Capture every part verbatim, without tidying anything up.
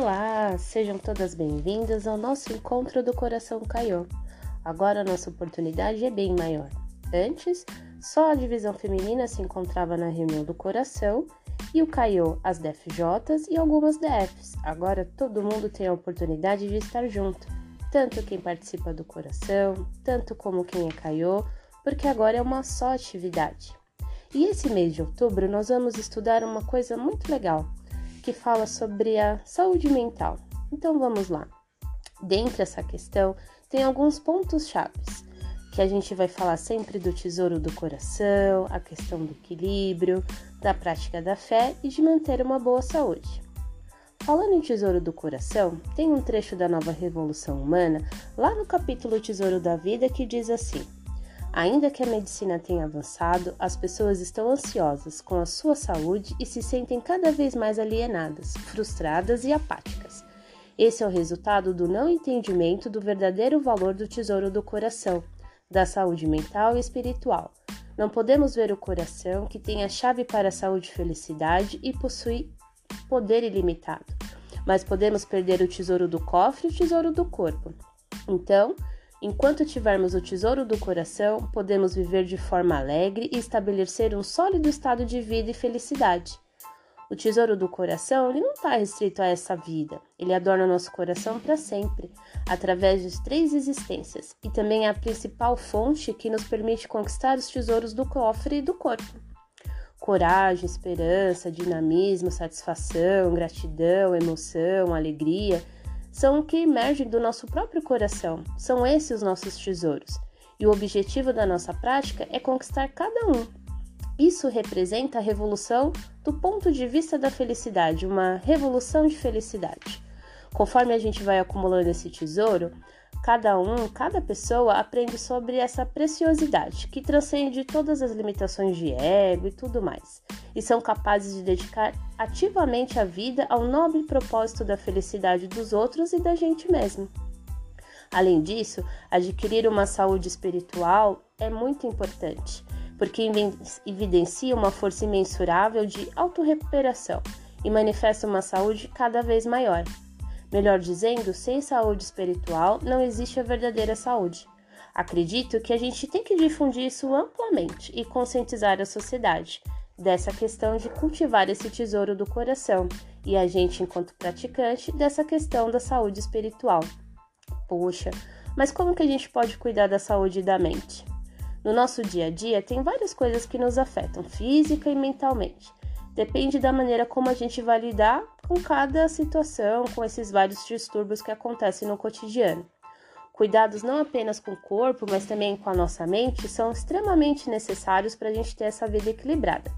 Olá, sejam todas bem-vindas ao nosso encontro do Coração Kaiô. Agora a nossa oportunidade é bem maior. Antes, só a divisão feminina se encontrava na reunião do coração e o Kaiô, as D F Js e algumas D Fs. Agora todo mundo tem a oportunidade de estar junto, tanto quem participa do coração, tanto como quem é Kaiô, porque agora é uma só atividade. E esse mês de outubro nós vamos estudar uma coisa muito legal, que fala sobre a saúde mental. Então vamos lá. Dentre essa questão, tem alguns pontos chaves, que a gente vai falar sempre do tesouro do coração, a questão do equilíbrio, da prática da fé e de manter uma boa saúde. Falando em tesouro do coração, tem um trecho da Nova Revolução Humana, lá no capítulo Tesouro da Vida, que diz assim: ainda que a medicina tenha avançado, as pessoas estão ansiosas com a sua saúde e se sentem cada vez mais alienadas, frustradas e apáticas. Esse é o resultado do não entendimento do verdadeiro valor do tesouro do coração, da saúde mental e espiritual. Não podemos ver o coração, que tem a chave para a saúde e felicidade e possui poder ilimitado, mas podemos perder o tesouro do cofre e o tesouro do corpo. Então, enquanto tivermos o tesouro do coração, podemos viver de forma alegre e estabelecer um sólido estado de vida e felicidade. O tesouro do coração ele não está restrito a essa vida, ele adorna nosso coração para sempre, através de três existências, e também é a principal fonte que nos permite conquistar os tesouros do cofre e do corpo. Coragem, esperança, dinamismo, satisfação, gratidão, emoção, alegria são o que emergem do nosso próprio coração, são esses os nossos tesouros. E o objetivo da nossa prática é conquistar cada um. Isso representa a revolução do ponto de vista da felicidade, uma revolução de felicidade. Conforme a gente vai acumulando esse tesouro, cada um, cada pessoa aprende sobre essa preciosidade, que transcende todas as limitações de ego e tudo mais, e são capazes de dedicar ativamente a vida ao nobre propósito da felicidade dos outros e da gente mesmo. Além disso, adquirir uma saúde espiritual é muito importante, porque evidencia uma força imensurável de autorrecuperação e manifesta uma saúde cada vez maior. Melhor dizendo, sem saúde espiritual não existe a verdadeira saúde. Acredito que a gente tem que difundir isso amplamente e conscientizar a sociedade dessa questão de cultivar esse tesouro do coração e a gente, enquanto praticante, dessa questão da saúde espiritual. Poxa, mas como que a gente pode cuidar da saúde da mente? No nosso dia a dia, tem várias coisas que nos afetam física e mentalmente. Depende da maneira como a gente vai lidar com cada situação, com esses vários distúrbios que acontecem no cotidiano. Cuidados não apenas com o corpo, mas também com a nossa mente, são extremamente necessários para a gente ter essa vida equilibrada.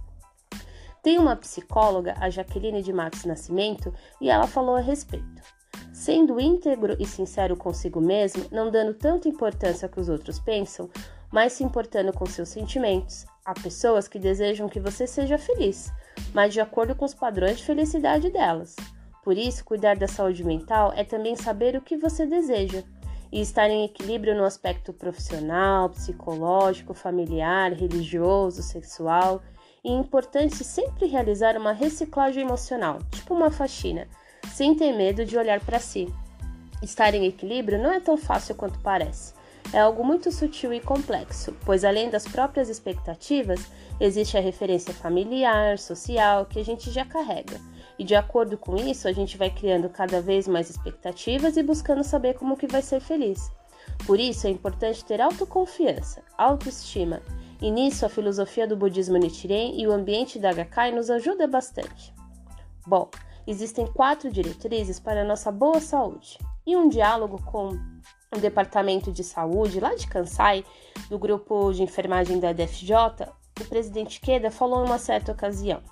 Tem uma psicóloga, a Jaqueline de Matos Nascimento, e ela falou a respeito. Sendo íntegro e sincero consigo mesmo, não dando tanta importância ao que os outros pensam, mas se importando com seus sentimentos. Há pessoas que desejam que você seja feliz, mas de acordo com os padrões de felicidade delas. Por isso, cuidar da saúde mental é também saber o que você deseja e estar em equilíbrio no aspecto profissional, psicológico, familiar, religioso, sexual. E é importante sempre realizar uma reciclagem emocional, tipo uma faxina, sem ter medo de olhar para si. Estar em equilíbrio não é tão fácil quanto parece. É algo muito sutil e complexo, pois além das próprias expectativas, existe a referência familiar, social, que a gente já carrega. E de acordo com isso, a gente vai criando cada vez mais expectativas e buscando saber como que vai ser feliz. Por isso, é importante ter autoconfiança, autoestima. E nisso, a filosofia do budismo Nichiren e o ambiente da Gakkai nos ajuda bastante. Bom, existem quatro diretrizes para a nossa boa saúde. E um diálogo com o Departamento de Saúde, lá de Kansai, do grupo de enfermagem da D F J, o presidente Queda falou em uma certa ocasião.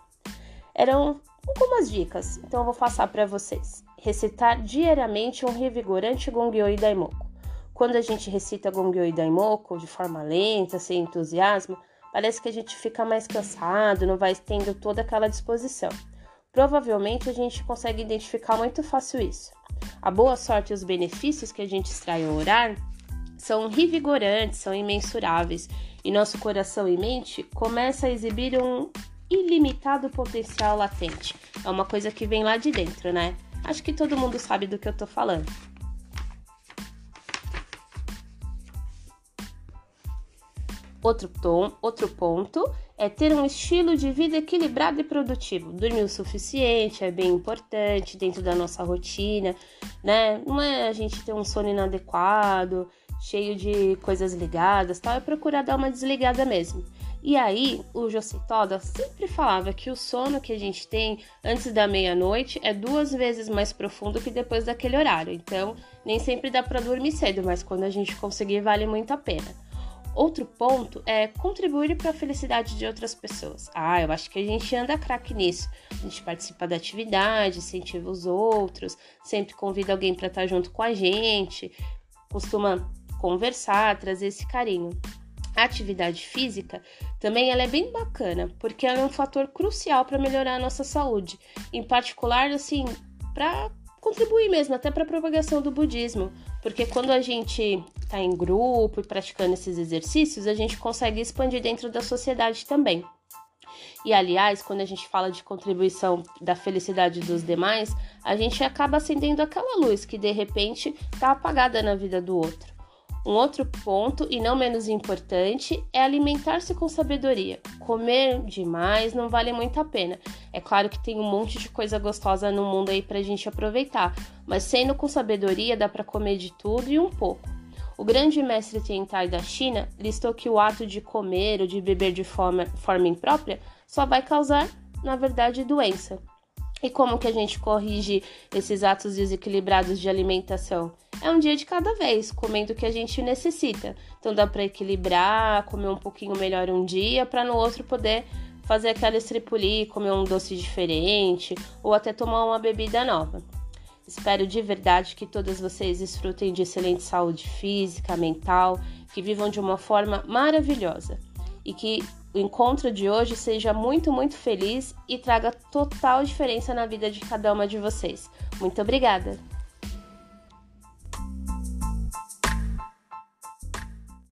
Eram algumas dicas, então eu vou passar para vocês. Recitar diariamente um revigorante Gongyo e Daimoku. Quando a gente recita Gongyo e Daimoku de forma lenta, sem entusiasmo, parece que a gente fica mais cansado, não vai tendo toda aquela disposição. Provavelmente a gente consegue identificar muito fácil isso. A boa sorte e os benefícios que a gente extrai ao orar são revigorantes, são imensuráveis, e nosso coração e mente começa a exibir um ilimitado potencial latente. É uma coisa que vem lá de dentro, né? Acho que todo mundo sabe do que eu tô falando. Outro, tom, outro ponto é ter um estilo de vida equilibrado e produtivo. Dormir o suficiente é bem importante dentro da nossa rotina, né? Não é a gente ter um sono inadequado, cheio de coisas ligadas, tal, é procurar dar uma desligada mesmo. E aí, o José Toda sempre falava que o sono que a gente tem antes da meia-noite é duas vezes mais profundo que depois daquele horário. Então, nem sempre dá para dormir cedo, mas quando a gente conseguir, vale muito a pena. Outro ponto é contribuir para a felicidade de outras pessoas. Ah, eu acho que a gente anda craque nisso. A gente participa da atividade, incentiva os outros, sempre convida alguém para estar junto com a gente, costuma conversar, trazer esse carinho. A atividade física também ela é bem bacana, porque ela é um fator crucial para melhorar a nossa saúde. Em particular, assim, para contribuir mesmo, até para a propagação do budismo. Porque quando a gente está em grupo e praticando esses exercícios, a gente consegue expandir dentro da sociedade também. E, aliás, quando a gente fala de contribuição da felicidade dos demais, a gente acaba acendendo aquela luz que, de repente, está apagada na vida do outro. Um outro ponto, e não menos importante, é alimentar-se com sabedoria. Comer demais não vale muito a pena. É claro que tem um monte de coisa gostosa no mundo aí pra gente aproveitar, mas sendo com sabedoria dá pra comer de tudo e um pouco. O grande mestre Tiantai da China listou que o ato de comer ou de beber de forma, forma imprópria só vai causar, na verdade, doença. E como que a gente corrige esses atos desequilibrados de alimentação? É um dia de cada vez, comendo o que a gente necessita. Então dá para equilibrar, comer um pouquinho melhor um dia, para no outro poder fazer aquela estripulia, comer um doce diferente ou até tomar uma bebida nova. Espero de verdade que todas vocês desfrutem de excelente saúde física, mental, que vivam de uma forma maravilhosa e que o encontro de hoje seja muito, muito feliz e traga total diferença na vida de cada uma de vocês. Muito obrigada!